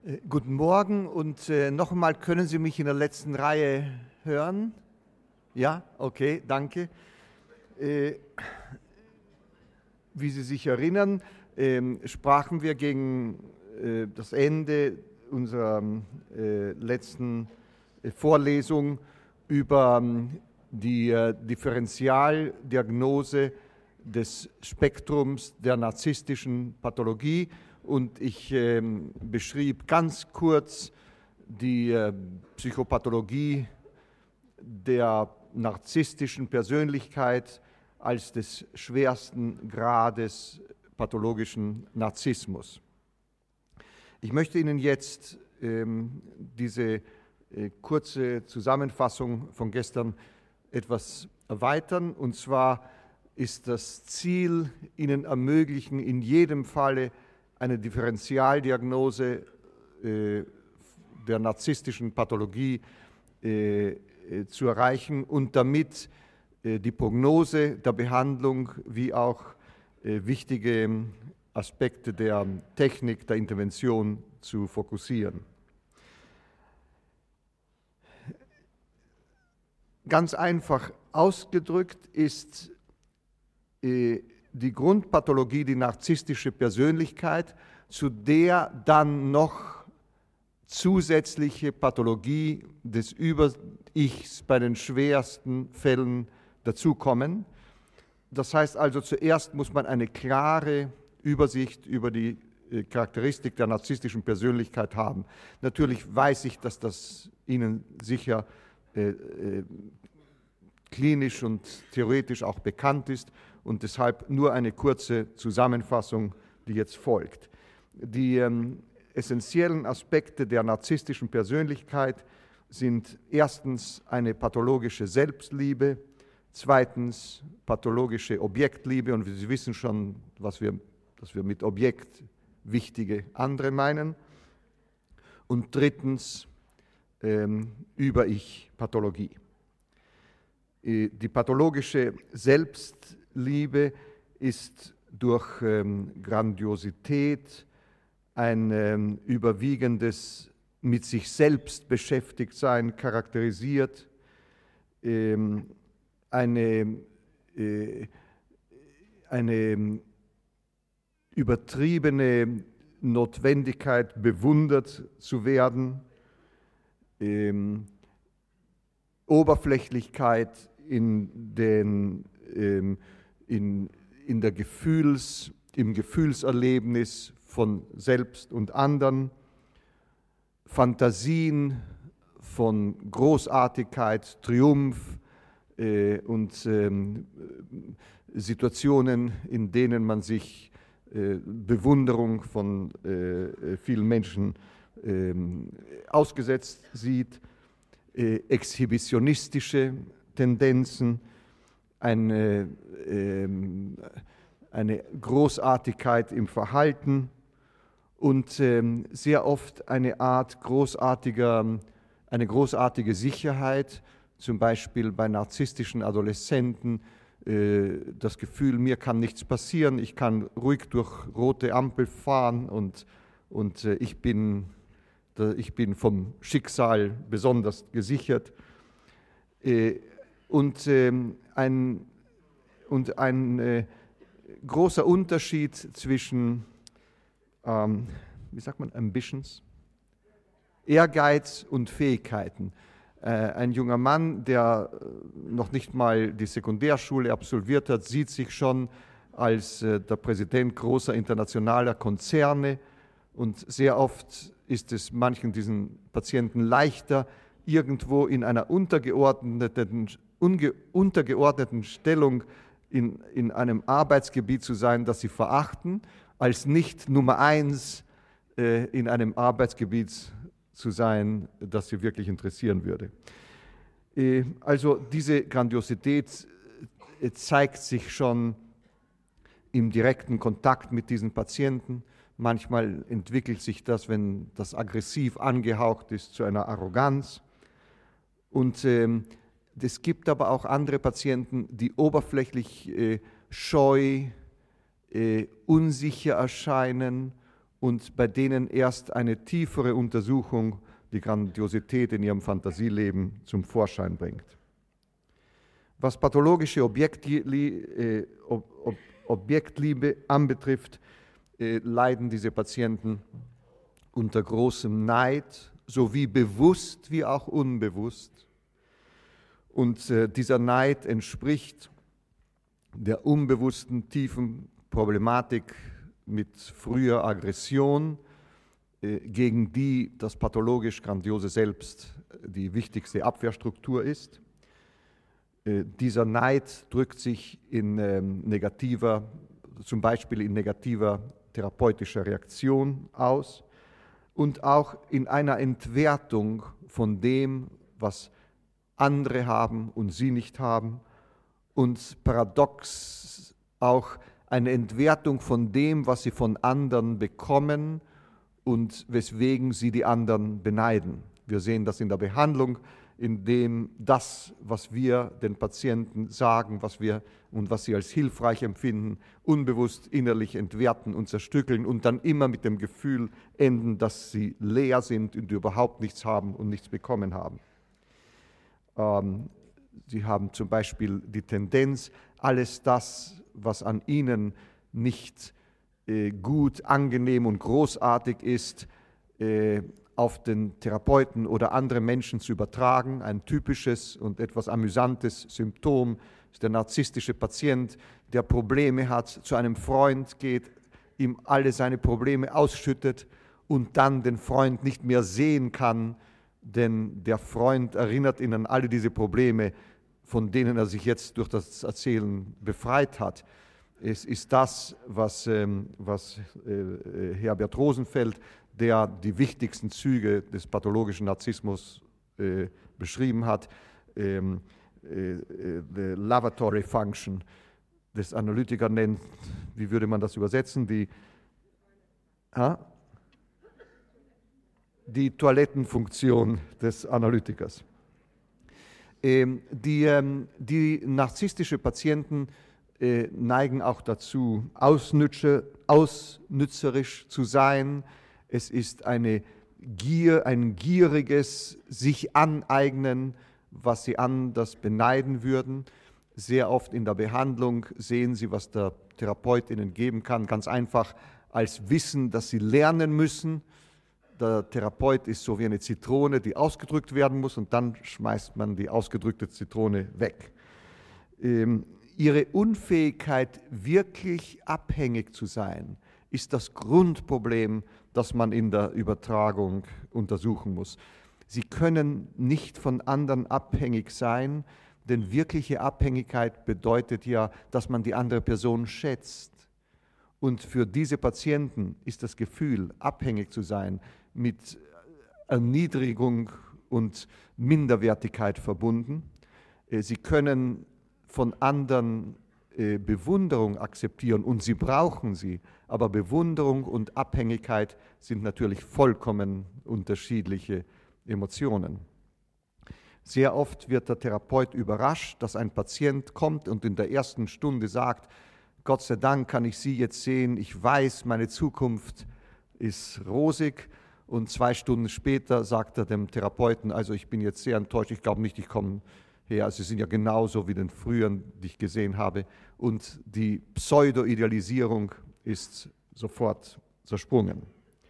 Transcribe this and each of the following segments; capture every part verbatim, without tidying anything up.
Äh, guten Morgen und äh, noch einmal, können Sie mich in der letzten Reihe hören? Ja, okay, danke. Äh, wie Sie sich erinnern, äh, sprachen wir gegen äh, das Ende unserer äh, letzten äh, Vorlesung über äh, die äh, Differentialdiagnose des Spektrums der narzisstischen Pathologie. Und ich äh, beschrieb ganz kurz die äh, Psychopathologie der narzisstischen Persönlichkeit als des schwersten Grades pathologischen Narzissmus. Ich möchte Ihnen jetzt ähm, diese äh, kurze Zusammenfassung von gestern etwas erweitern. Und zwar ist das Ziel, Ihnen ermöglichen, in jedem Falle eine Differentialdiagnose äh, der narzisstischen Pathologie äh, äh, zu erreichen und damit äh, die Prognose der Behandlung wie auch äh, wichtige Aspekte der Technik, der Intervention zu fokussieren. Ganz einfach ausgedrückt ist äh, die Grundpathologie, die narzisstische Persönlichkeit, zu der dann noch zusätzliche Pathologie des Über-Ichs bei den schwersten Fällen dazukommen. Das heißt also, zuerst muss man eine klare Übersicht über die Charakteristik der narzisstischen Persönlichkeit haben. Natürlich weiß ich, dass das Ihnen sicher äh, äh, klinisch und theoretisch auch bekannt ist, und deshalb nur eine kurze Zusammenfassung, die jetzt folgt. Die ähm, essentiellen Aspekte der narzisstischen Persönlichkeit sind erstens eine pathologische Selbstliebe, zweitens pathologische Objektliebe, und Sie wissen schon, was wir, dass wir mit Objekt wichtige andere meinen, und drittens ähm, Über-Ich-Pathologie. Die pathologische Selbstliebe ist durch ähm, Grandiosität, ein ähm, überwiegendes mit sich selbst beschäftigt sein charakterisiert, ähm, eine, äh, eine übertriebene Notwendigkeit, bewundert zu werden, ähm, Oberflächlichkeit in, den, ähm, in, in der Gefühls, im Gefühlserlebnis von selbst und anderen, Fantasien von Großartigkeit, Triumph äh, und ähm, Situationen, in denen man sich äh, Bewunderung von äh, vielen Menschen äh, ausgesetzt sieht, äh, exhibitionistische Tendenzen, eine, äh, eine Großartigkeit im Verhalten und äh, sehr oft eine Art großartiger, eine großartige Sicherheit, zum Beispiel bei narzisstischen Adoleszenten, äh, das Gefühl, mir kann nichts passieren, ich kann ruhig durch rote Ampel fahren und, und äh, ich bin, ich bin vom Schicksal besonders gesichert. Äh, Und ähm, ein, und ein äh, großer Unterschied zwischen, ähm, wie sagt man, Ambitions, Ehrgeiz und Fähigkeiten. Äh, ein junger Mann, der noch nicht mal die Sekundärschule absolviert hat, sieht sich schon als äh, der Präsident großer internationaler Konzerne, und sehr oft ist es manchen diesen Patienten leichter, irgendwo in einer untergeordneten Unge untergeordneten Stellung in, in einem Arbeitsgebiet zu sein, das sie verachten, als nicht Nummer eins äh, in einem Arbeitsgebiet zu sein, das sie wirklich interessieren würde. Äh, also diese Grandiosität äh, zeigt sich schon im direkten Kontakt mit diesen Patienten. Manchmal entwickelt sich das, wenn das aggressiv angehaucht ist, zu einer Arroganz. Und ähm, es gibt aber auch andere Patienten, die oberflächlich äh, scheu, äh, unsicher erscheinen und bei denen erst eine tiefere Untersuchung die Grandiosität in ihrem Fantasieleben zum Vorschein bringt. Was pathologische Objektlie- äh, Ob- Ob- Objektliebe anbetrifft, äh, leiden diese Patienten unter großem Neid, sowie bewusst wie auch unbewusst. Und äh, dieser Neid entspricht der unbewussten tiefen Problematik mit früher Aggression, äh, gegen die das pathologisch grandiose Selbst die wichtigste Abwehrstruktur ist. Äh, dieser Neid drückt sich in ähm, negativer, zum Beispiel in negativer therapeutischer Reaktion aus und auch in einer Entwertung von dem, was andere haben und sie nicht haben, und paradox auch eine Entwertung von dem, was sie von anderen bekommen und weswegen sie die anderen beneiden. Wir sehen das in der Behandlung, indem das, was wir den Patienten sagen, was wir und was sie als hilfreich empfinden, unbewusst innerlich entwerten und zerstückeln und dann immer mit dem Gefühl enden, dass sie leer sind und überhaupt nichts haben und nichts bekommen haben. Ähm, sie haben zum Beispiel die Tendenz, alles das, was an ihnen nicht äh, gut, angenehm und großartig ist, äh, auf den Therapeuten oder andere Menschen zu übertragen. Ein typisches und etwas amüsantes Symptom ist der narzisstische Patient, der Probleme hat, zu einem Freund geht, ihm alle seine Probleme ausschüttet und dann den Freund nicht mehr sehen kann, denn der Freund erinnert ihn an alle diese Probleme, von denen er sich jetzt durch das Erzählen befreit hat. Es ist das, was, ähm, was äh, Herbert Rosenfeld, der die wichtigsten Züge des pathologischen Narzissmus äh, beschrieben hat, ähm, äh, the lavatory function des Analytikers nennt, wie würde man das übersetzen, die, ha? die Toilettenfunktion des Analytikers. Ähm, die, ähm, die narzisstische Patienten äh, neigen auch dazu, ausnütze, ausnützerisch zu sein. Es ist eine Gier, ein gieriges sich aneignen, was sie anders beneiden würden. Sehr oft in der Behandlung sehen sie, was der Therapeut ihnen geben kann, ganz einfach als Wissen, dass sie lernen müssen. Der Therapeut ist so wie eine Zitrone, die ausgedrückt werden muss, und dann schmeißt man die ausgedrückte Zitrone weg. Ähm, ihre Unfähigkeit, wirklich abhängig zu sein, ist das Grundproblem, das man in der Übertragung untersuchen muss. Sie können nicht von anderen abhängig sein, denn wirkliche Abhängigkeit bedeutet ja, dass man die andere Person schätzt. Und für diese Patienten ist das Gefühl, abhängig zu sein, mit Erniedrigung und Minderwertigkeit verbunden. Sie können von anderen Bewunderung akzeptieren und sie brauchen sie, aber Bewunderung und Abhängigkeit sind natürlich vollkommen unterschiedliche Emotionen. Sehr oft wird der Therapeut überrascht, dass ein Patient kommt und in der ersten Stunde sagt, Gott sei Dank kann ich Sie jetzt sehen, ich weiß, meine Zukunft ist rosig, und zwei Stunden später sagt er dem Therapeuten, also ich bin jetzt sehr enttäuscht, ich glaube nicht, ich komme her, Sie sind ja genauso wie den früheren, die ich gesehen habe, und die Pseudo-Idealisierung ist sofort zersprungen.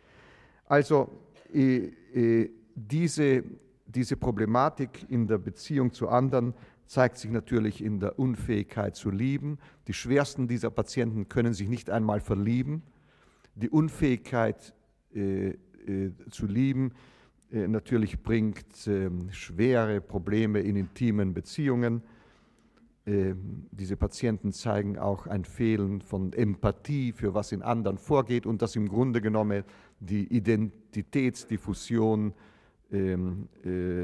Also äh, äh, diese, diese Problematik in der Beziehung zu anderen zeigt sich natürlich in der Unfähigkeit zu lieben. Die schwersten dieser Patienten können sich nicht einmal verlieben. Die Unfähigkeit äh, äh, zu lieben äh, natürlich bringt äh, schwere Probleme in intimen Beziehungen. Äh, diese Patienten zeigen auch ein Fehlen von Empathie für was in anderen vorgeht und das im Grunde genommen die Identitätsdiffusion ähm, äh,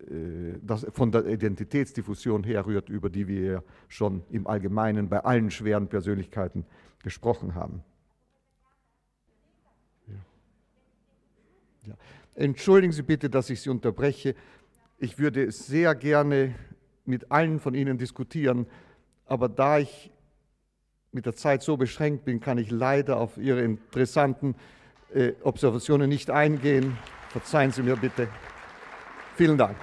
das von der Identitätsdiffusion herrührt, über die wir schon im Allgemeinen bei allen schweren Persönlichkeiten gesprochen haben. Ja. Ja. Entschuldigen Sie bitte, dass ich Sie unterbreche. Ich würde sehr gerne mit allen von Ihnen diskutieren, aber da ich mit der Zeit so beschränkt bin, kann ich leider auf Ihre interessanten äh, Observationen nicht eingehen. Verzeihen Sie mir bitte. Vielen Dank.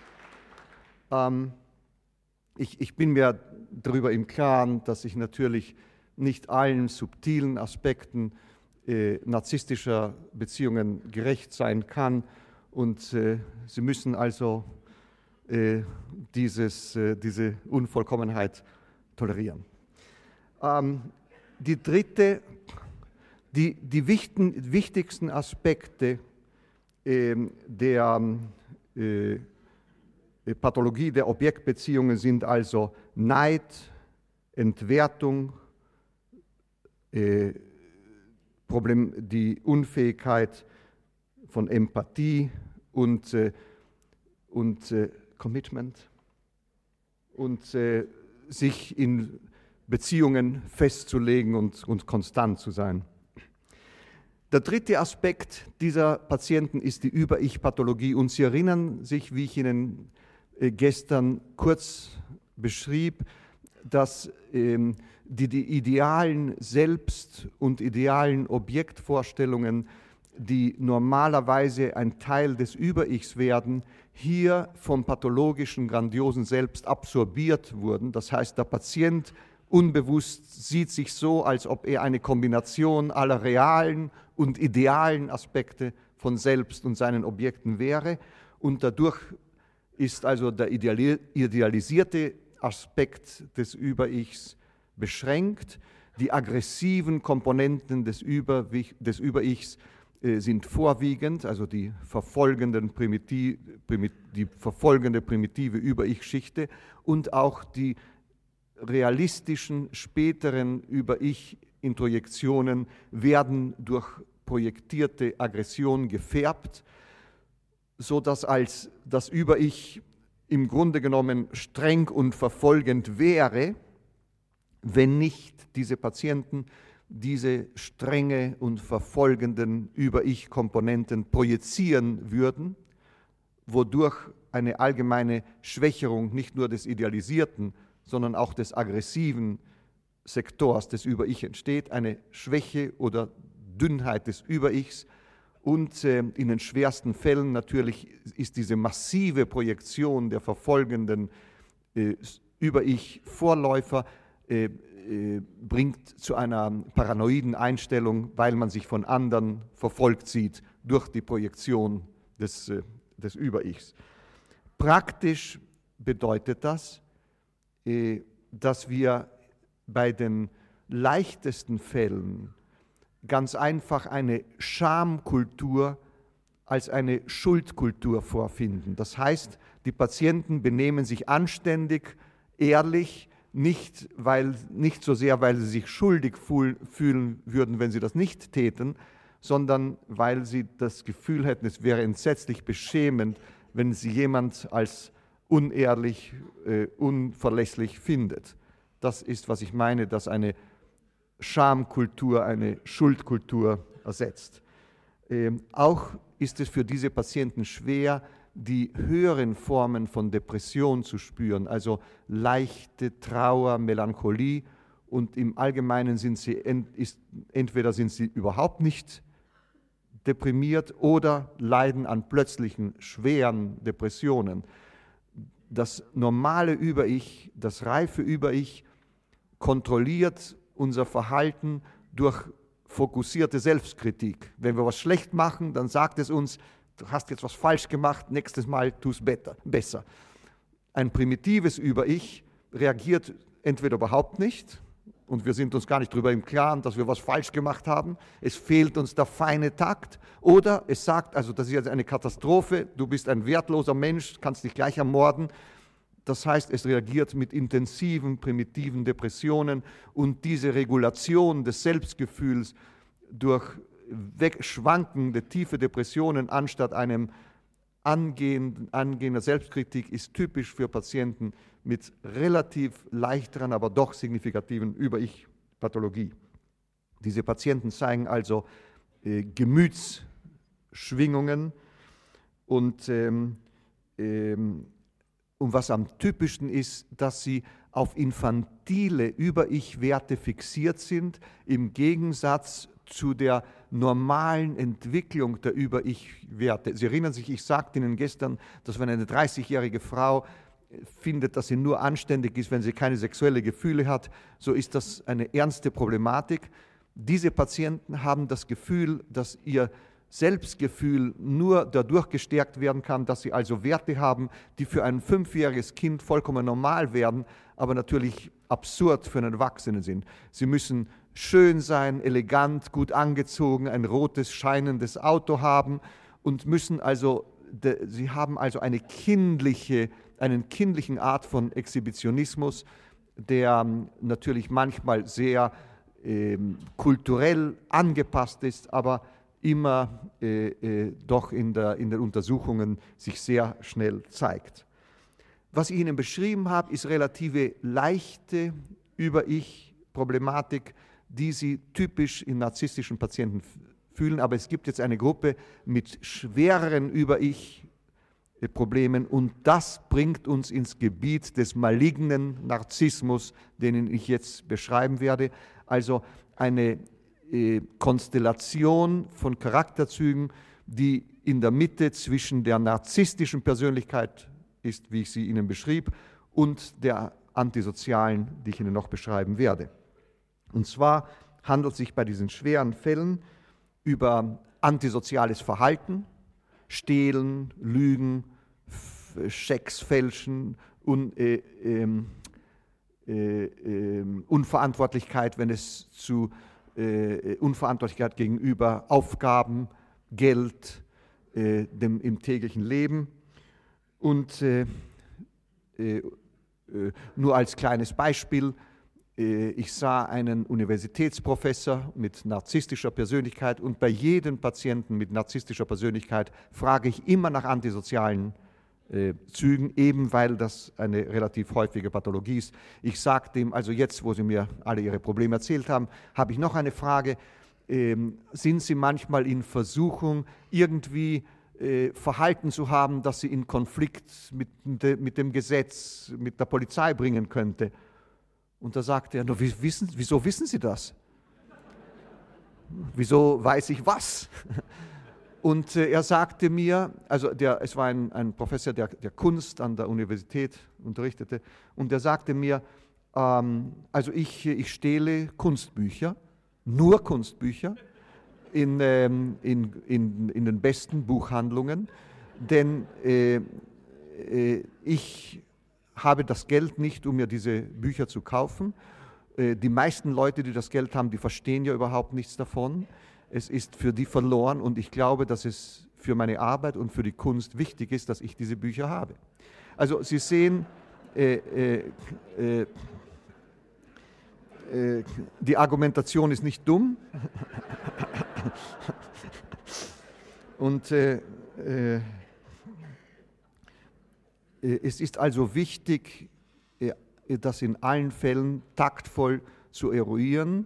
Ähm, ich, ich bin mir darüber im Klaren, dass ich natürlich nicht allen subtilen Aspekten äh, narzisstischer Beziehungen gerecht sein kann. Und äh, Sie müssen also äh, dieses, äh, diese Unvollkommenheit tolerieren. Ähm, die dritte, die, die wichtigen, wichtigsten Aspekte äh, der äh, Pathologie der Objektbeziehungen sind also Neid, Entwertung, äh, Problem, die Unfähigkeit von Empathie und, äh, und äh, Commitment und äh, sich in Beziehungen festzulegen und, und konstant zu sein. Der dritte Aspekt dieser Patienten ist die Über-Ich-Pathologie. Und Sie erinnern sich, wie ich Ihnen äh, gestern kurz beschrieb, dass ähm, die, die idealen Selbst- und idealen Objektvorstellungen, die normalerweise ein Teil des Über-Ichs werden, hier vom pathologischen, grandiosen Selbst absorbiert wurden. Das heißt, der Patient unbewusst sieht sich so, als ob er eine Kombination aller realen und idealen Aspekte von Selbst und seinen Objekten wäre. Und dadurch ist also der idealisierte Aspekt des Über-Ichs beschränkt. Die aggressiven Komponenten des Über-Ichs Über äh, sind vorwiegend, also die, verfolgenden Primitiv, primit, die verfolgende primitive Über-Ich-Schichte und auch die realistischen späteren Über-Ich-Introjektionen werden durch projektierte Aggression gefärbt, sodass als das Über-Ich im Grunde genommen streng und verfolgend wäre, wenn nicht diese Patienten diese strenge und verfolgenden Über-Ich-Komponenten projizieren würden, wodurch eine allgemeine Schwächerung nicht nur des idealisierten, sondern auch des aggressiven Sektors des Über-Ich entsteht, eine Schwäche oder Dünnheit des Über-Ichs. Und äh, in den schwersten Fällen natürlich ist diese massive Projektion der verfolgenden äh, Über-Ich-Vorläufer äh, äh, bringt zu einer paranoiden Einstellung, weil man sich von anderen verfolgt sieht durch die Projektion des, äh, des Über-Ichs. Praktisch bedeutet das, äh, dass wir bei den leichtesten Fällen ganz einfach eine Schamkultur als eine Schuldkultur vorfinden. Das heißt, die Patienten benehmen sich anständig, ehrlich, nicht, weil, nicht so sehr, weil sie sich schuldig fühlen würden, wenn sie das nicht täten, sondern weil sie das Gefühl hätten, es wäre entsetzlich beschämend, wenn sie jemand als unehrlich, äh, unverlässlich findet. Das ist, was ich meine, dass eine Schamkultur eine Schuldkultur ersetzt. Ähm, auch ist es für diese Patienten schwer, die höheren Formen von Depression zu spüren, also leichte Trauer, Melancholie, und im Allgemeinen sind sie ent, ist, entweder sind sie überhaupt nicht deprimiert oder leiden an plötzlichen schweren Depressionen. Das normale Über-Ich, das reife Über-Ich kontrolliert unser Verhalten durch fokussierte Selbstkritik. Wenn wir was schlecht machen, dann sagt es uns, du hast jetzt was falsch gemacht, nächstes Mal tu es besser. Ein primitives Über-Ich reagiert entweder überhaupt nicht und wir sind uns gar nicht darüber im Klaren, dass wir was falsch gemacht haben, es fehlt uns der feine Takt, oder es sagt, also das ist jetzt eine Katastrophe, du bist ein wertloser Mensch, kannst dich gleich ermorden. Das heißt, es reagiert mit intensiven, primitiven Depressionen, und diese Regulation des Selbstgefühls durch schwankende, tiefe Depressionen anstatt einem angehenden, angehender Selbstkritik ist typisch für Patienten mit relativ leichteren, aber doch signifikativen Über-Ich-Pathologie. Diese Patienten zeigen also äh, Gemütsschwingungen und ähm, ähm, Und was am typischsten ist, dass sie auf infantile Über-Ich-Werte fixiert sind, im Gegensatz zu der normalen Entwicklung der Über-Ich-Werte. Sie erinnern sich, ich sagte Ihnen gestern, dass wenn eine dreißigjährige Frau findet, dass sie nur anständig ist, wenn sie keine sexuellen Gefühle hat, so ist das eine ernste Problematik. Diese Patienten haben das Gefühl, dass ihr Selbstgefühl nur dadurch gestärkt werden kann, dass sie also Werte haben, die für ein fünfjähriges Kind vollkommen normal werden, aber natürlich absurd für einen Erwachsenen sind. Sie müssen schön sein, elegant, gut angezogen, ein rotes, scheinendes Auto haben und müssen also, de, sie haben also eine kindliche, einen kindlichen Art von Exhibitionismus, der natürlich manchmal sehr äh, kulturell angepasst ist, aber immer äh, äh, doch in, der, in den Untersuchungen sich sehr schnell zeigt. Was ich Ihnen beschrieben habe, ist relative leichte Über-Ich-Problematik, die Sie typisch in narzisstischen Patienten fühlen, aber es gibt jetzt eine Gruppe mit schwereren Über-Ich-Problemen und das bringt uns ins Gebiet des malignen Narzissmus, den ich jetzt beschreiben werde, also eine äh, Konstellation von Charakterzügen, die in der Mitte zwischen der narzisstischen Persönlichkeit ist, wie ich sie Ihnen beschrieb, und der antisozialen, die ich Ihnen noch beschreiben werde. Und zwar handelt es sich bei diesen schweren Fällen über antisoziales Verhalten, Stehlen, Lügen, Schecks fälschen, un, äh, äh, äh, Unverantwortlichkeit, wenn es zu äh, Unverantwortlichkeit gegenüber Aufgaben, Geld, äh, dem, im täglichen Leben. Und äh, äh, nur als kleines Beispiel, äh, ich sah einen Universitätsprofessor mit narzisstischer Persönlichkeit und bei jedem Patienten mit narzisstischer Persönlichkeit frage ich immer nach antisozialen äh, Zügen, eben weil das eine relativ häufige Pathologie ist. Ich sagte ihm, also jetzt, wo Sie mir alle Ihre Probleme erzählt haben, habe ich noch eine Frage. Ähm, sind Sie manchmal in Versuchung, irgendwie Verhalten zu haben, das sie in Konflikt mit, de, mit dem Gesetz, mit der Polizei bringen könnte? Und da sagte er, no, wie, wissen, wieso wissen Sie das? Wieso weiß ich was? Und äh, er sagte mir, also der, es war ein, ein Professor der, der Kunst an der Universität, unterrichtete, und er sagte mir, ähm, also ich, ich stehle Kunstbücher, nur Kunstbücher, In, ähm, in, in, in den besten Buchhandlungen, denn äh, äh, ich habe das Geld nicht, um mir diese Bücher zu kaufen. Äh, die meisten Leute, die das Geld haben, die verstehen ja überhaupt nichts davon. Es ist für die verloren und ich glaube, dass es für meine Arbeit und für die Kunst wichtig ist, dass ich diese Bücher habe. Also Sie sehen, äh, äh, äh, äh, die Argumentation ist nicht dumm. Und äh, äh, es ist also wichtig, äh, das in allen Fällen taktvoll zu eruieren.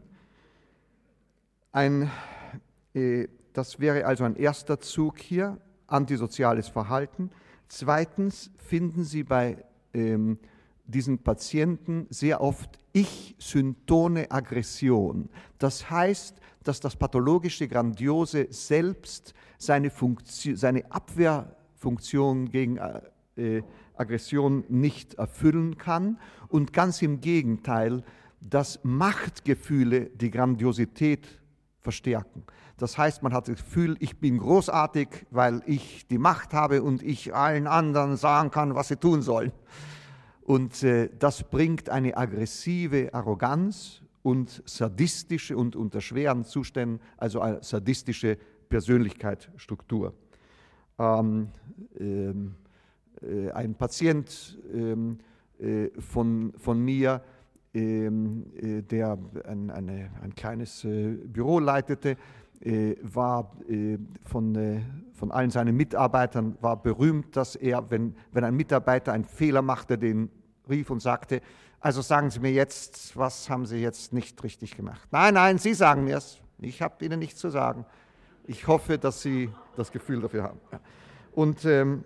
Ein, äh, das wäre also ein erster Zug hier, antisoziales Verhalten. Zweitens finden Sie bei ähm, diesen Patienten sehr oft ich-syntone Aggression. Das heißt, dass das pathologische Grandiose selbst seine, Funktion, seine Abwehrfunktion gegen äh, Aggression nicht erfüllen kann und ganz im Gegenteil, dass Machtgefühle die Grandiosität verstärken. Das heißt, man hat das Gefühl, ich bin großartig, weil ich die Macht habe und ich allen anderen sagen kann, was sie tun sollen. Und äh, das bringt eine aggressive Arroganz und sadistische und unter schweren Zuständen, also eine sadistische Persönlichkeitsstruktur. Ähm, ähm, äh, ein Patient ähm, äh, von, von mir, ähm, äh, der ein, eine, ein kleines äh, Büro leitete, äh, war äh, von, äh, von allen seinen Mitarbeitern war berühmt, dass er, wenn, wenn ein Mitarbeiter einen Fehler machte, den rief und sagte, also sagen Sie mir jetzt, was haben Sie jetzt nicht richtig gemacht? Nein, nein, Sie sagen mir es. Ich habe Ihnen nichts zu sagen. Ich hoffe, dass Sie das Gefühl dafür haben. Und ähm,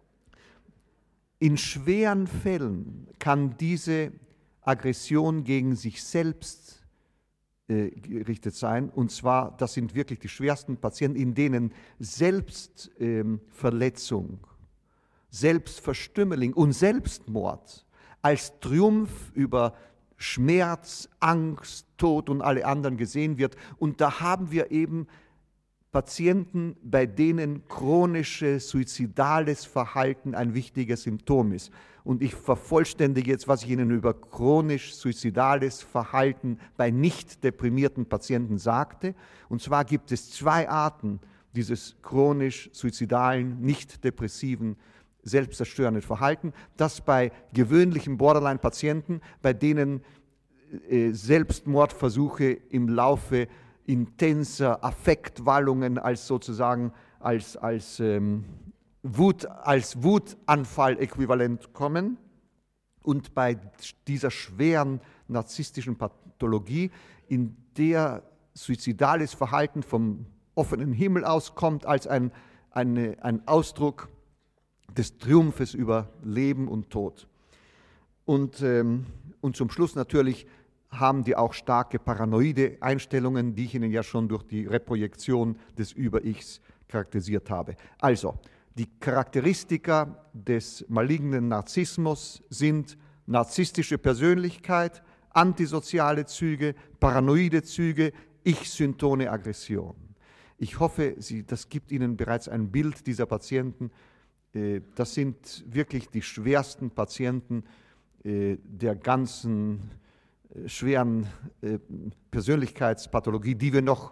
in schweren Fällen kann diese Aggression gegen sich selbst äh, gerichtet sein. Und zwar, das sind wirklich die schwersten Patienten, in denen Selbstverletzung, ähm, Selbstverstümmeling und Selbstmord als Triumph über Schmerz, Angst, Tod und alle anderen gesehen wird. Und da haben wir eben Patienten, bei denen chronisches suizidales Verhalten ein wichtiges Symptom ist. Und ich vervollständige jetzt, was ich Ihnen über chronisch suizidales Verhalten bei nicht deprimierten Patienten sagte. Und zwar gibt es zwei Arten dieses chronisch suizidalen, nicht depressiven, selbstzerstörenden Verhalten. Das bei gewöhnlichen Borderline-Patienten, bei denen äh, Selbstmordversuche im Laufe intenser Affektwallungen als sozusagen als, als, ähm, Wut, als Wutanfall-Äquivalent kommen, und bei dieser schweren narzisstischen Pathologie, in der suizidales Verhalten vom offenen Himmel aus kommt, als ein, eine, ein Ausdruck des Triumphes über Leben und Tod. Und, ähm, und zum Schluss natürlich haben die auch starke paranoide Einstellungen, die ich Ihnen ja schon durch die Reprojektion des Über-Ichs charakterisiert habe. Also, die Charakteristika des malignen Narzissmus sind narzisstische Persönlichkeit, antisoziale Züge, paranoide Züge, ich-syntone Aggression. Ich hoffe, Sie, das gibt Ihnen bereits ein Bild dieser Patienten. Das sind wirklich die schwersten Patienten der ganzen schweren Persönlichkeitspathologie, die wir noch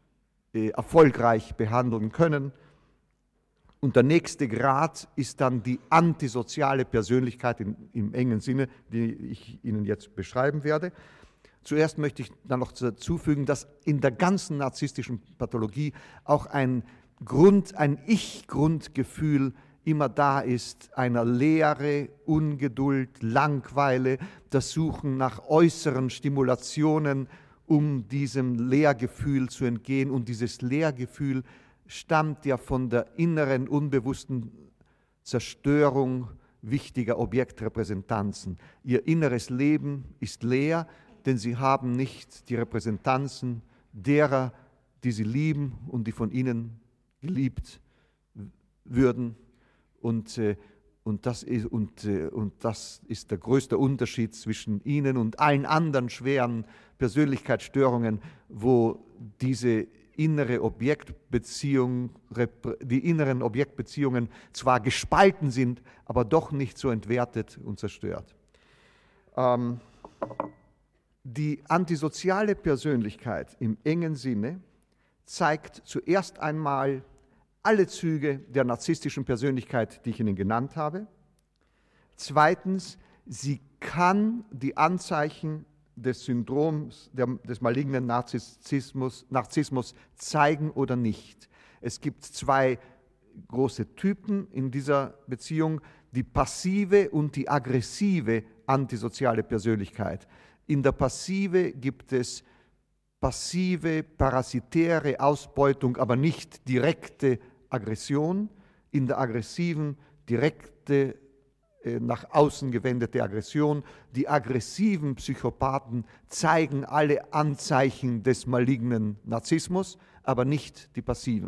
erfolgreich behandeln können. Und der nächste Grad ist dann die antisoziale Persönlichkeit in, im engen Sinne, die ich Ihnen jetzt beschreiben werde. Zuerst möchte ich dann noch dazufügen, dass in der ganzen narzisstischen Pathologie auch ein Grund, ein Ich-Grundgefühl immer da ist, einer Leere, Ungeduld, Langeweile, das Suchen nach äußeren Stimulationen, um diesem Leergefühl zu entgehen. Und dieses Leergefühl stammt ja von der inneren, unbewussten Zerstörung wichtiger Objektrepräsentanzen. Ihr inneres Leben ist leer, denn sie haben nicht die Repräsentanzen derer, die sie lieben und die von ihnen geliebt würden. Und, und, das ist, und, und das ist der größte Unterschied zwischen ihnen und allen anderen schweren Persönlichkeitsstörungen, wo diese innere Objektbeziehung, die inneren Objektbeziehungen zwar gespalten sind, aber doch nicht so entwertet und zerstört. Ähm, die antisoziale Persönlichkeit im engen Sinne zeigt zuerst einmal alle Züge der narzisstischen Persönlichkeit, die ich Ihnen genannt habe. Zweitens, sie kann die Anzeichen des Syndroms der, des malignen Narzissmus, Narzissmus zeigen oder nicht. Es gibt zwei große Typen in dieser Beziehung, die passive und die aggressive antisoziale Persönlichkeit. In der Passive gibt es passive, parasitäre Ausbeutung, aber nicht direkte Aggression. In der aggressiven direkte, äh, nach außen gewendete Aggression. Die aggressiven Psychopathen zeigen alle Anzeichen des malignen Narzissmus, aber nicht die passiven.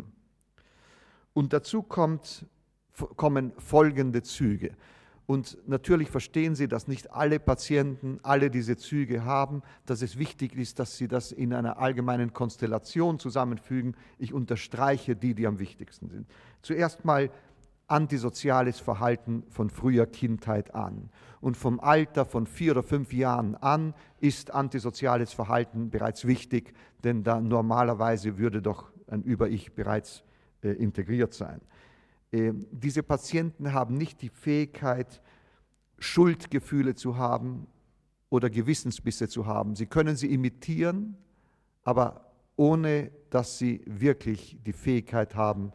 Und dazu kommt, kommen folgende Züge. Und natürlich verstehen Sie, dass nicht alle Patienten alle diese Züge haben, dass es wichtig ist, dass Sie das in einer allgemeinen Konstellation zusammenfügen. Ich unterstreiche die, die am wichtigsten sind. Zuerst mal antisoziales Verhalten von früher Kindheit an. Und vom Alter von vier oder fünf Jahren an ist antisoziales Verhalten bereits wichtig, denn da normalerweise würde doch ein Über-Ich bereits äh, integriert sein. Diese Patienten haben nicht die Fähigkeit, Schuldgefühle zu haben oder Gewissensbisse zu haben. Sie können sie imitieren, aber ohne dass sie wirklich die Fähigkeit haben,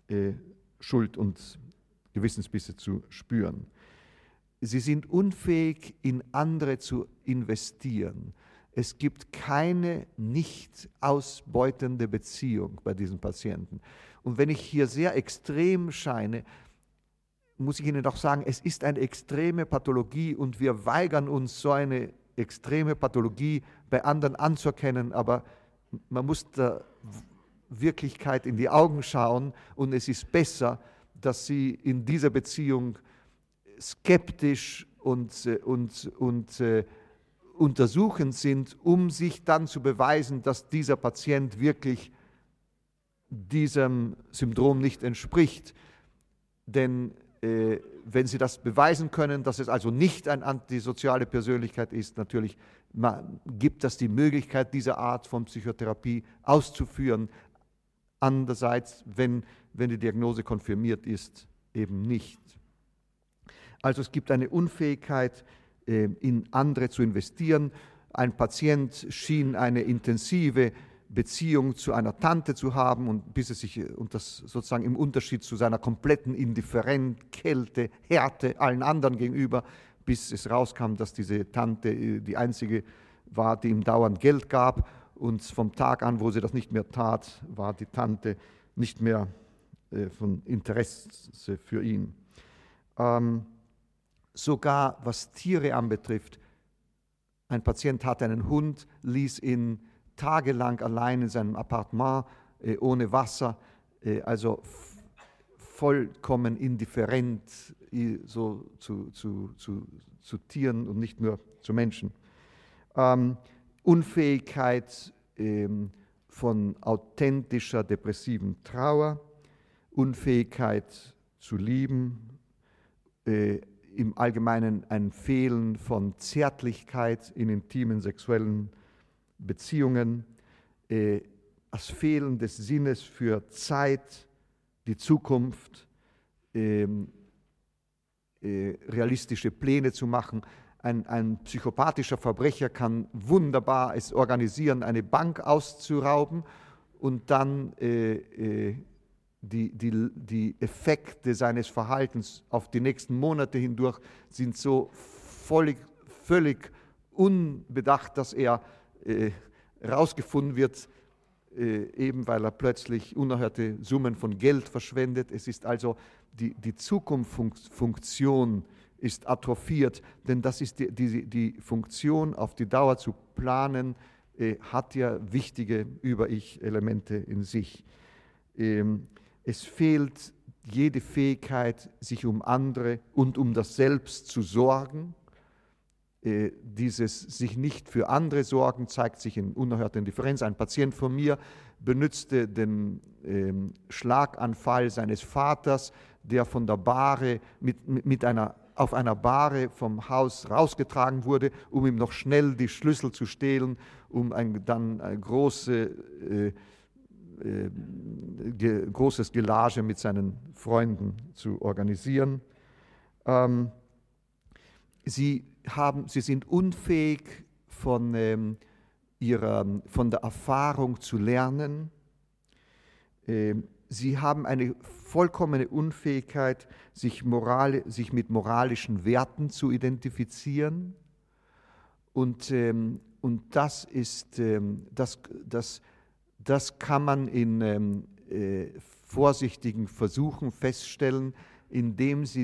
Schuld und Gewissensbisse zu spüren. Sie sind unfähig, in andere zu investieren. Es gibt keine nicht ausbeutende Beziehung bei diesen Patienten. Und wenn ich hier sehr extrem scheine, muss ich Ihnen doch sagen, es ist eine extreme Pathologie und wir weigern uns, so eine extreme Pathologie bei anderen anzuerkennen, aber man muss der Wirklichkeit in die Augen schauen und es ist besser, dass sie in dieser Beziehung skeptisch und, und, und äh, untersuchend sind, um sich dann zu beweisen, dass dieser Patient wirklich diesem Syndrom nicht entspricht. Denn äh, wenn Sie das beweisen können, dass es also nicht eine antisoziale Persönlichkeit ist, natürlich gibt das die Möglichkeit, diese Art von Psychotherapie auszuführen. Andererseits, wenn, wenn die Diagnose konfirmiert ist, eben nicht. Also es gibt eine Unfähigkeit, äh, in andere zu investieren. Ein Patient schien eine intensive Beziehung zu einer Tante zu haben und bis es sich, und das sozusagen im Unterschied zu seiner kompletten Indifferenz, Kälte, Härte allen anderen gegenüber, bis es rauskam, dass diese Tante die einzige war, die ihm dauernd Geld gab, und vom Tag an, wo sie das nicht mehr tat, war die Tante nicht mehr äh, von Interesse für ihn. Ähm, sogar was Tiere anbetrifft, ein Patient hatte einen Hund, ließ ihn tagelang allein in seinem Appartement, äh, ohne Wasser, äh, also vollkommen indifferent äh, so zu, zu, zu, zu Tieren und nicht nur zu Menschen. Ähm, Unfähigkeit ähm, von authentischer depressiven Trauer, Unfähigkeit zu lieben, äh, im Allgemeinen ein Fehlen von Zärtlichkeit in intimen sexuellen Beziehungen, äh, das Fehlen des Sinnes für Zeit, die Zukunft, äh, äh, realistische Pläne zu machen. Ein, ein psychopathischer Verbrecher kann wunderbar es organisieren, eine Bank auszurauben und dann äh, äh, die, die, die Effekte seines Verhaltens auf die nächsten Monate hindurch sind so völlig, völlig unbedacht, dass er äh, rausgefunden wird, äh, eben weil er plötzlich unerhörte Summen von Geld verschwendet. Es ist also die, die Zukunftsfunktion ist atrophiert, denn das ist die, die, die Funktion, auf die Dauer zu planen, äh, hat ja wichtige Über-Ich-Elemente in sich. Ähm, es fehlt jede Fähigkeit, sich um andere und um das Selbst zu sorgen. Äh, dieses sich nicht für andere sorgen zeigt sich in unerhörter Indifferenz. Ein Patient von mir benützte den ähm, Schlaganfall seines Vaters, der von der Bahre mit, mit einer auf einer Bahre vom Haus rausgetragen wurde, um ihm noch schnell die Schlüssel zu stehlen, um ein, dann ein große, äh, äh, ge, großes Gelage mit seinen Freunden zu organisieren. Ähm, sie, haben, sie sind unfähig, von, ähm, ihrer, von der Erfahrung zu lernen. Ähm, Sie haben eine vollkommene Unfähigkeit, sich, moral, sich mit moralischen Werten zu identifizieren. Und, ähm, und das, ist, ähm, das, das, das kann man in ähm, äh, vorsichtigen Versuchen feststellen, indem Sie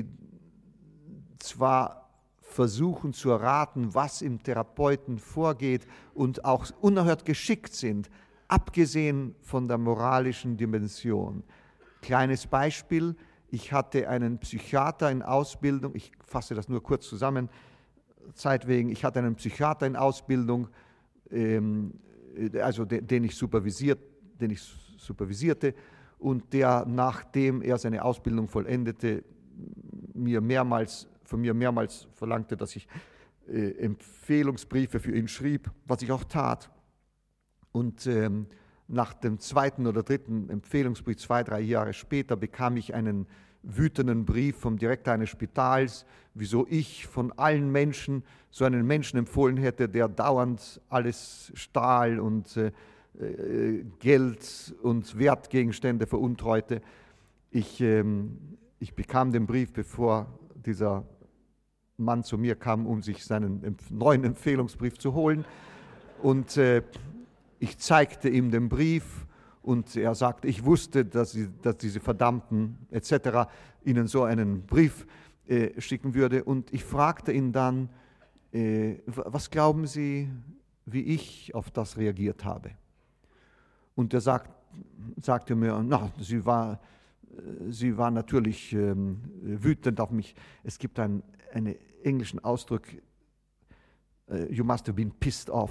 zwar versuchen zu erraten, was im Therapeuten vorgeht und auch unerhört geschickt sind, abgesehen von der moralischen Dimension. Kleines Beispiel, ich hatte einen Psychiater in Ausbildung, ich fasse das nur kurz zusammen, zeitwegen, ich hatte einen Psychiater in Ausbildung, ähm, also den, den, ich supervisiert, den ich supervisierte und der, nachdem er seine Ausbildung vollendete, mir mehrmals, von mir mehrmals verlangte, dass ich äh, Empfehlungsbriefe für ihn schrieb, was ich auch tat. Und ähm, nach dem zweiten oder dritten Empfehlungsbrief, zwei, drei Jahre später, bekam ich einen wütenden Brief vom Direktor eines Spitals, wieso ich von allen Menschen so einen Menschen empfohlen hätte, der dauernd alles stahl und äh, äh, Geld und Wertgegenstände veruntreute. Ich, ähm, ich bekam den Brief, bevor dieser Mann zu mir kam, um sich seinen empf- neuen Empfehlungsbrief zu holen. Und äh, ich zeigte ihm den Brief und er sagte, ich wusste, dass, sie, dass diese Verdammten et cetera Ihnen so einen Brief äh, schicken würde. Und ich fragte ihn dann, äh, was glauben Sie, wie ich auf das reagiert habe? Und er sagt, sagte mir, na, sie war, sie war natürlich ähm, wütend auf mich. Es gibt einen, einen englischen Ausdruck, uh, you must have been pissed off.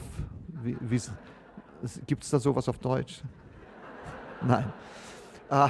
Gibt es da sowas auf Deutsch? Nein. Uh,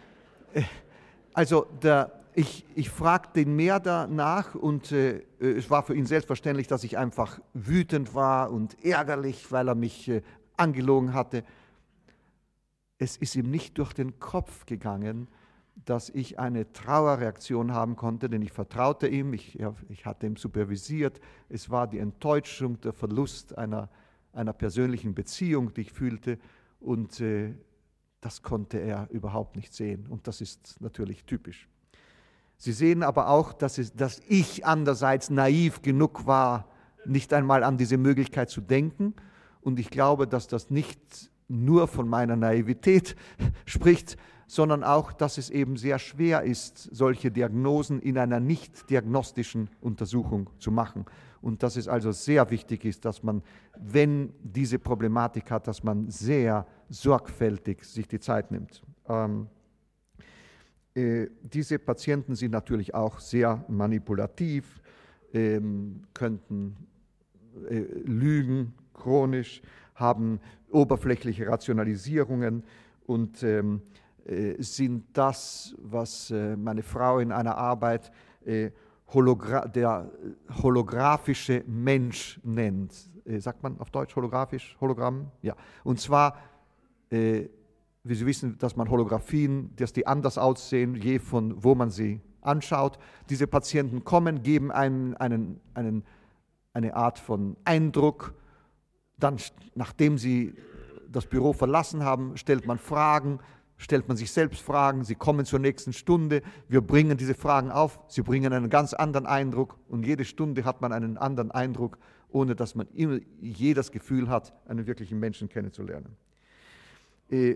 also der, ich, ich fragte ihn mehr danach und äh, es war für ihn selbstverständlich, dass ich einfach wütend war und ärgerlich, weil er mich äh, angelogen hatte. Es ist ihm nicht durch den Kopf gegangen, dass ich eine Trauerreaktion haben konnte, denn ich vertraute ihm, ich, ja, ich hatte ihn supervisiert. Es war die Enttäuschung, der Verlust einer, einer persönlichen Beziehung, die ich fühlte, und äh, das konnte er überhaupt nicht sehen, und das ist natürlich typisch. Sie sehen aber auch, dass, es, dass ich andererseits naiv genug war, nicht einmal an diese Möglichkeit zu denken, und ich glaube, dass das nicht nur von meiner Naivität spricht, sondern auch, dass es eben sehr schwer ist, solche Diagnosen in einer nicht diagnostischen Untersuchung zu machen. Und dass es also sehr wichtig ist, dass man, wenn diese Problematik hat, dass man sehr sorgfältig sich die Zeit nimmt. Ähm, äh, diese Patienten sind natürlich auch sehr manipulativ, ähm, könnten äh, lügen, chronisch, haben oberflächliche Rationalisierungen und ähm, äh, sind das, was äh, meine Frau in einer Arbeit äh, Hologra der holographische Mensch nennt. Äh, sagt man auf Deutsch holographisch? Hologramm? Ja. Und zwar, äh, wie Sie wissen, dass man Holographien, dass die anders aussehen, je von wo man sie anschaut. Diese Patienten kommen, geben einem einen, einen, eine Art von Eindruck. Dann, nachdem sie das Büro verlassen haben, stellt man Fragen, stellt man sich selbst Fragen, sie kommen zur nächsten Stunde, wir bringen diese Fragen auf, sie bringen einen ganz anderen Eindruck und jede Stunde hat man einen anderen Eindruck, ohne dass man immer je das Gefühl hat, einen wirklichen Menschen kennenzulernen. Äh,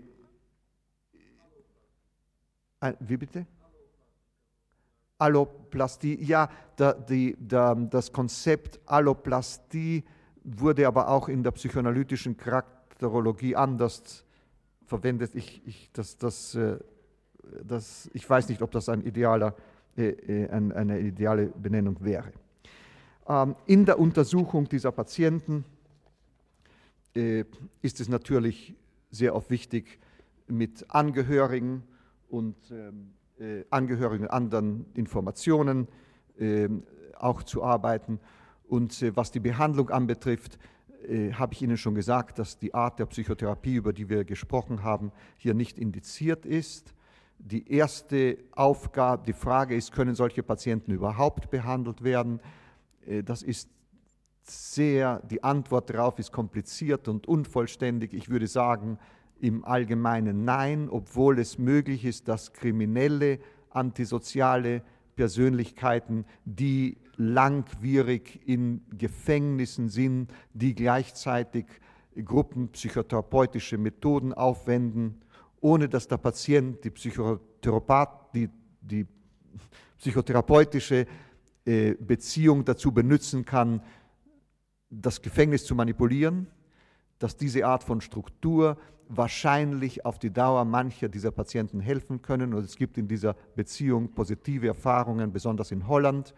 wie bitte? Alloplastie, ja, da, die, da, das Konzept Alloplastie wurde aber auch in der psychoanalytischen Charakterologie anders verwendet. Ich, ich, das, das, das, ich weiß nicht, ob das ein idealer, äh, eine ideale Benennung wäre. Ähm, in der Untersuchung dieser Patienten äh, ist es natürlich sehr oft wichtig, mit Angehörigen und äh, Angehörigen anderen Informationen äh, auch zu arbeiten. Und äh, was die Behandlung anbetrifft, äh, habe ich Ihnen schon gesagt, dass die Art der Psychotherapie, über die wir gesprochen haben, hier nicht indiziert ist. Die erste Aufgabe, die Frage ist, können solche Patienten überhaupt behandelt werden? Äh, das ist sehr, die Antwort darauf ist kompliziert und unvollständig. Ich würde sagen, im Allgemeinen nein, obwohl es möglich ist, dass kriminelle, antisoziale Persönlichkeiten, die langwierig in Gefängnissen sind, die gleichzeitig gruppenpsychotherapeutische Methoden aufwenden, ohne dass der Patient die, Psychotherapat, die, die psychotherapeutische äh, Beziehung dazu benutzen kann, das Gefängnis zu manipulieren, dass diese Art von Struktur wahrscheinlich auf die Dauer mancher dieser Patienten helfen können. Und es gibt in dieser Beziehung positive Erfahrungen, besonders in Holland.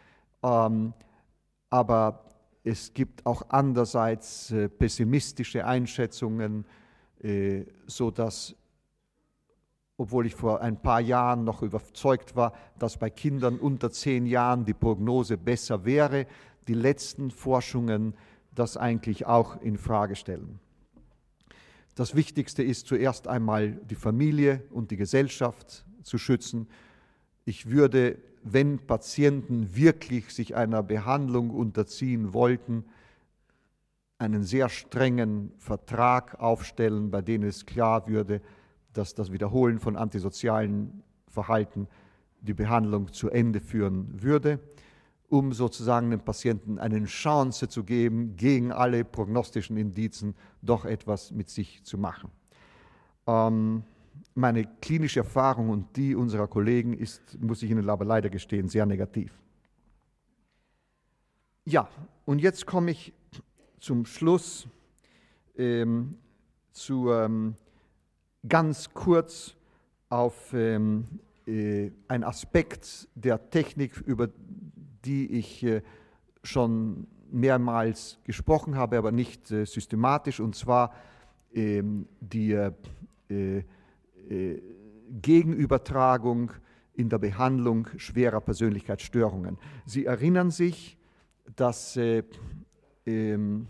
Ähm, aber es gibt auch andererseits äh, pessimistische Einschätzungen, äh, sodass, obwohl ich vor ein paar Jahren noch überzeugt war, dass bei Kindern unter zehn Jahren die Prognose besser wäre, die letzten Forschungen das eigentlich auch in Frage stellen. Das Wichtigste ist zuerst einmal die Familie und die Gesellschaft zu schützen. Ich würde, wenn Patienten wirklich sich einer Behandlung unterziehen wollten, einen sehr strengen Vertrag aufstellen, bei dem es klar würde, dass das Wiederholen von antisozialen Verhalten die Behandlung zu Ende führen würde, um sozusagen dem Patienten eine Chance zu geben, gegen alle prognostischen Indizien doch etwas mit sich zu machen. Ähm, meine klinische Erfahrung und die unserer Kollegen ist, muss ich Ihnen aber leider gestehen, sehr negativ. Ja, und jetzt komme ich zum Schluss ähm, zu, ähm, ganz kurz auf ähm, äh, einen Aspekt der Technik, über die ich äh, schon mehrmals gesprochen habe, aber nicht äh, systematisch, und zwar ähm, die äh, äh, Gegenübertragung in der Behandlung schwerer Persönlichkeitsstörungen. Sie erinnern sich, dass, äh, ähm,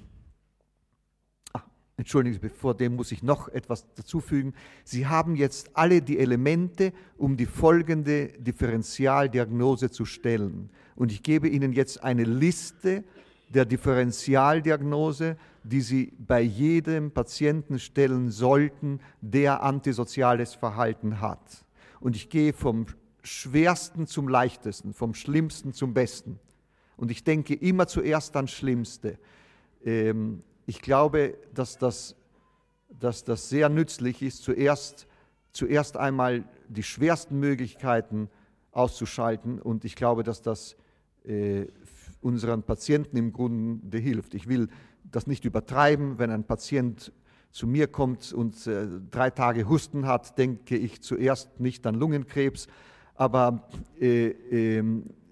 ah, entschuldigen Sie, vor dem muss ich noch etwas dazufügen. Sie haben jetzt alle die Elemente, um die folgende Differentialdiagnose zu stellen. Und ich gebe Ihnen jetzt eine Liste der Differentialdiagnose, die Sie bei jedem Patienten stellen sollten, der antisoziales Verhalten hat. Und ich gehe vom Schwersten zum Leichtesten, vom Schlimmsten zum Besten. Und ich denke immer zuerst ans Schlimmste. Ähm, ich glaube, dass das, dass das sehr nützlich ist, zuerst, zuerst einmal die schwersten Möglichkeiten auszuschalten. Und ich glaube, dass das äh, unseren Patienten im Grunde hilft. Ich will das nicht übertreiben. Wenn ein Patient zu mir kommt und äh, drei Tage Husten hat, denke ich zuerst nicht an Lungenkrebs. Aber äh, äh,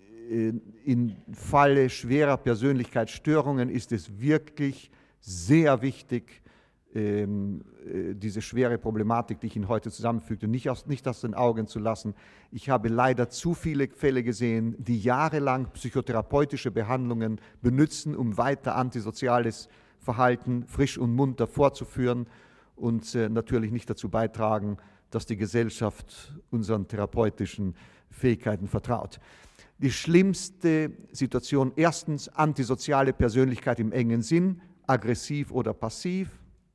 im Falle schwerer Persönlichkeitsstörungen ist es wirklich sehr wichtig, ähm, diese schwere Problematik, die ich Ihnen heute zusammenfügte, nicht aus, nicht aus den Augen zu lassen. Ich habe leider zu viele Fälle gesehen, die jahrelang psychotherapeutische Behandlungen benutzen, um weiter antisoziales Verhalten frisch und munter fortzuführen und äh, natürlich nicht dazu beitragen, dass die Gesellschaft unseren therapeutischen Fähigkeiten vertraut. Die schlimmste Situation, erstens antisoziale Persönlichkeit im engen Sinn, aggressiv oder passiv.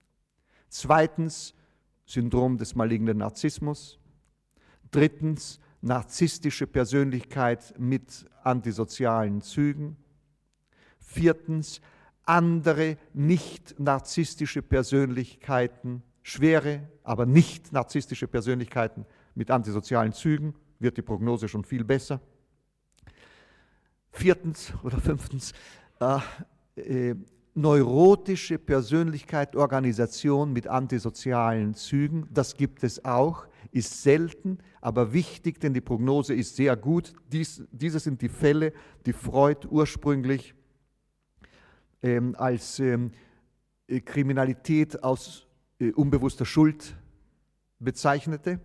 Zweitens Syndrom des malignen Narzissmus. Drittens narzisstische Persönlichkeit mit antisozialen Zügen. Viertens andere nicht narzisstische Persönlichkeiten, schwere, aber nicht narzisstische Persönlichkeiten mit antisozialen Zügen, wird die Prognose schon viel besser. Viertens oder fünftens, äh, äh, neurotische Persönlichkeit, Organisation mit antisozialen Zügen, das gibt es auch, ist selten, aber wichtig, denn die Prognose ist sehr gut. Dies, diese sind die Fälle, die Freud ursprünglich ähm, als ähm, Kriminalität aus äh, unbewusster Schuld bezeichnete.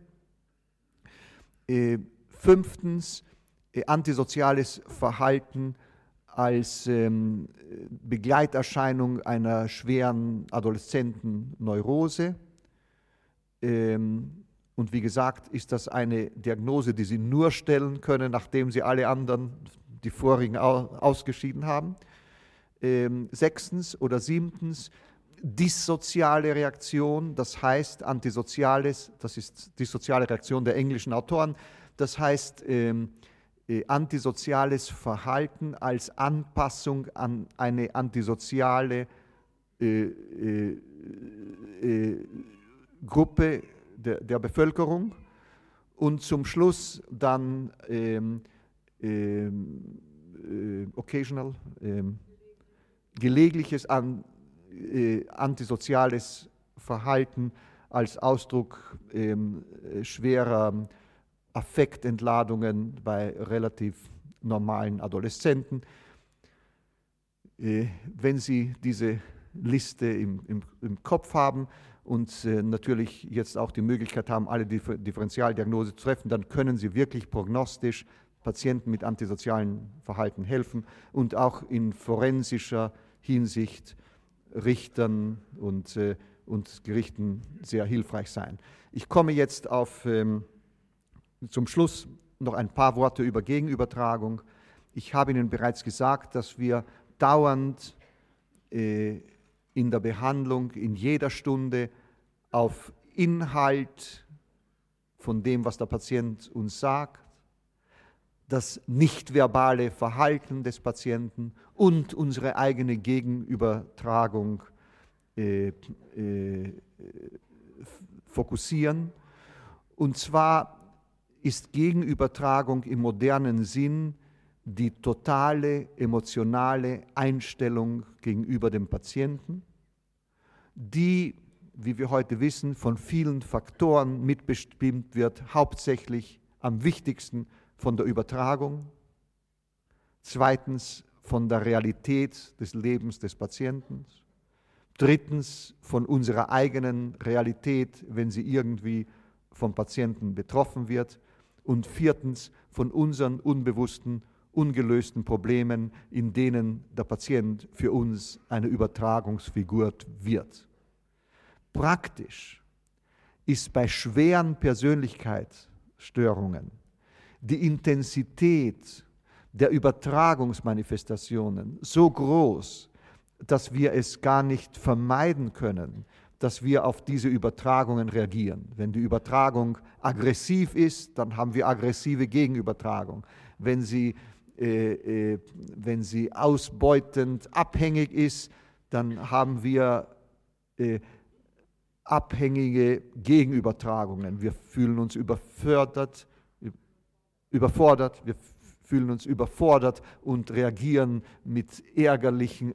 Äh, fünftens, äh, antisoziales Verhalten als ähm, Begleiterscheinung einer schweren Adoleszentenneurose. Ähm, und wie gesagt, ist das eine Diagnose, die Sie nur stellen können, nachdem Sie alle anderen, die vorigen, ausgeschieden haben. Ähm, sechstens oder siebtens, dissoziale Reaktion, das heißt antisoziales, das ist die soziale Reaktion der englischen Autoren, das heißt ähm, äh, antisoziales Verhalten als Anpassung an eine antisoziale äh, äh, äh, Gruppe der, der Bevölkerung und zum Schluss dann ähm, ähm, äh, occasional, ähm, gelegentliches an Äh, antisoziales Verhalten als Ausdruck ähm, schwerer Affektentladungen bei relativ normalen Adoleszenten. Äh, wenn Sie diese Liste im, im, im Kopf haben und äh, natürlich jetzt auch die Möglichkeit haben, alle die Differentialdiagnose zu treffen, dann können Sie wirklich prognostisch Patienten mit antisozialen Verhalten helfen und auch in forensischer Hinsicht Richtern und, äh, und Gerichten sehr hilfreich sein. Ich komme jetzt auf, ähm, zum Schluss noch ein paar Worte über Gegenübertragung. Ich habe Ihnen bereits gesagt, dass wir dauernd äh, in der Behandlung, in jeder Stunde auf Inhalt von dem, was der Patient uns sagt, das nichtverbale Verhalten des Patienten und unsere eigene Gegenübertragung äh, äh, fokussieren. Und zwar ist Gegenübertragung im modernen Sinn die totale emotionale Einstellung gegenüber dem Patienten, die, wie wir heute wissen, von vielen Faktoren mitbestimmt wird, hauptsächlich am wichtigsten von der Übertragung, zweitens von der Realität des Lebens des Patienten, drittens von unserer eigenen Realität, wenn sie irgendwie vom Patienten betroffen wird, und viertens von unseren unbewussten, ungelösten Problemen, in denen der Patient für uns eine Übertragungsfigur wird. Praktisch ist bei schweren Persönlichkeitsstörungen die Intensität der Übertragungsmanifestationen so groß, dass wir es gar nicht vermeiden können, dass wir auf diese Übertragungen reagieren. Wenn die Übertragung aggressiv ist, dann haben wir aggressive Gegenübertragung. Wenn sie, äh, äh, wenn sie ausbeutend abhängig ist, dann haben wir äh, abhängige Gegenübertragungen. Wir fühlen uns überfordert, überfordert, wir fühlen uns überfordert und reagieren mit ärgerlichen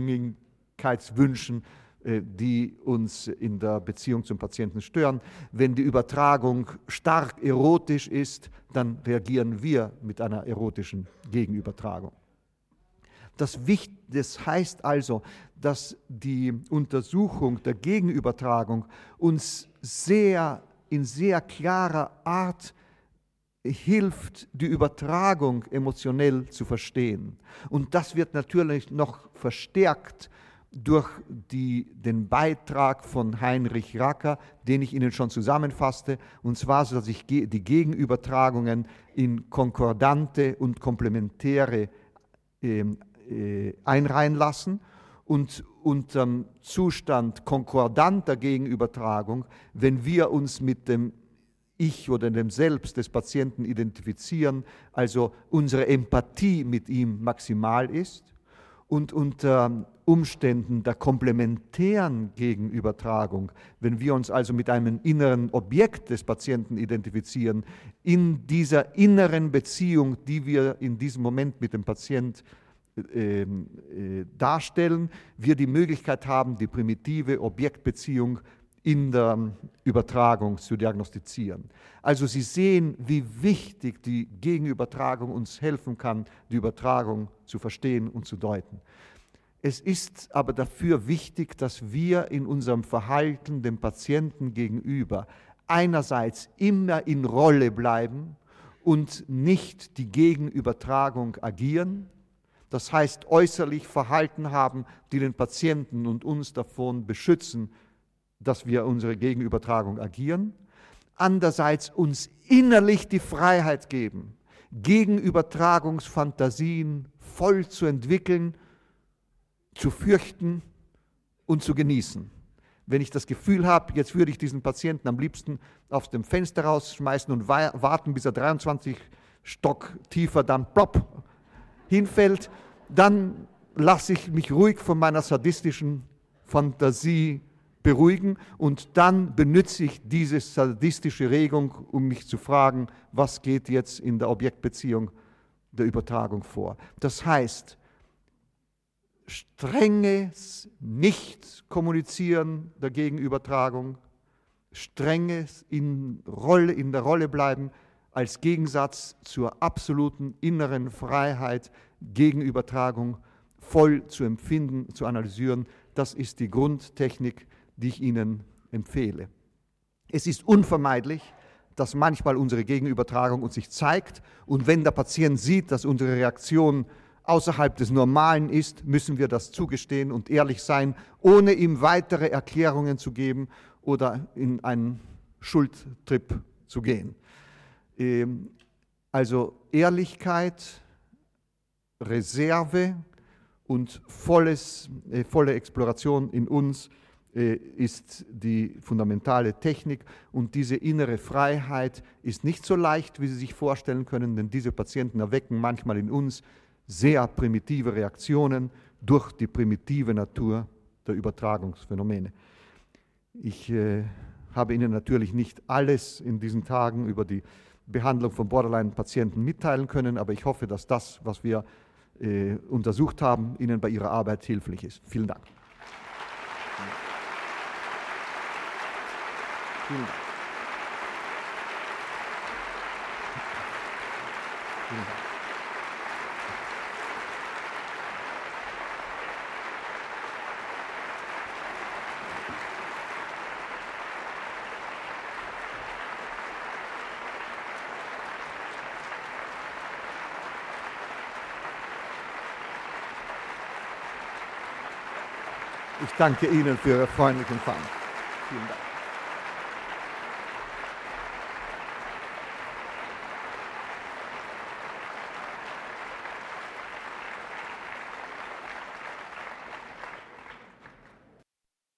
Abhängigkeitswünschen, die uns in der Beziehung zum Patienten stören. Wenn die Übertragung stark erotisch ist, dann reagieren wir mit einer erotischen Gegenübertragung. Das, das heißt also, dass die Untersuchung der Gegenübertragung uns sehr, in sehr klarer Art hilft, die Übertragung emotionell zu verstehen. Und das wird natürlich noch verstärkt durch die, den Beitrag von Heinrich Racker, den ich Ihnen schon zusammenfasste, und zwar so, dass sich die Gegenübertragungen in konkordante und komplementäre äh, äh, einreihen lassen und unter dem Zustand konkordanter Gegenübertragung, wenn wir uns mit dem Ich oder dem Selbst des Patienten identifizieren, also unsere Empathie mit ihm maximal ist, und unter Umständen der komplementären Gegenübertragung, wenn wir uns also mit einem inneren Objekt des Patienten identifizieren, in dieser inneren Beziehung, die wir in diesem Moment mit dem Patienten äh, äh, darstellen, wir die Möglichkeit haben, die primitive Objektbeziehung in der Übertragung zu diagnostizieren. Also Sie sehen, wie wichtig die Gegenübertragung uns helfen kann, die Übertragung zu verstehen und zu deuten. Es ist aber dafür wichtig, dass wir in unserem Verhalten dem Patienten gegenüber einerseits immer in Rolle bleiben und nicht die Gegenübertragung agieren, das heißt äußerlich Verhalten haben, die den Patienten und uns davon beschützen, dass wir unsere Gegenübertragung agieren, andererseits uns innerlich die Freiheit geben, Gegenübertragungsfantasien voll zu entwickeln, zu fürchten und zu genießen. Wenn ich das Gefühl habe, jetzt würde ich diesen Patienten am liebsten aus dem Fenster rausschmeißen und warten, bis er dreiundzwanzig Stock tiefer dann plopp hinfällt, dann lasse ich mich ruhig von meiner sadistischen Fantasie beruhigen und dann benutze ich diese sadistische Regung, um mich zu fragen, was geht jetzt in der Objektbeziehung der Übertragung vor. Das heißt, strenges Nicht-Kommunizieren der Gegenübertragung, strenges in, Rolle, in der Rolle bleiben als Gegensatz zur absoluten inneren Freiheit, Gegenübertragung voll zu empfinden, zu analysieren, das ist die Grundtechnik, die ich Ihnen empfehle. Es ist unvermeidlich, dass manchmal unsere Gegenübertragung uns sich zeigt und wenn der Patient sieht, dass unsere Reaktion außerhalb des Normalen ist, müssen wir das zugestehen und ehrlich sein, ohne ihm weitere Erklärungen zu geben oder in einen Schuldtrip zu gehen. Also Ehrlichkeit, Reserve und volles, volle Exploration in uns ist die fundamentale Technik und diese innere Freiheit ist nicht so leicht, wie Sie sich vorstellen können, denn diese Patienten erwecken manchmal in uns sehr primitive Reaktionen durch die primitive Natur der Übertragungsphänomene. Ich äh, habe Ihnen natürlich nicht alles in diesen Tagen über die Behandlung von Borderline-Patienten mitteilen können, aber ich hoffe, dass das, was wir äh, untersucht haben, Ihnen bei Ihrer Arbeit hilfreich ist. Vielen Dank. Vielen Dank. Vielen Dank. Ich danke Ihnen für Ihre freundlichen Fragen. Vielen Dank.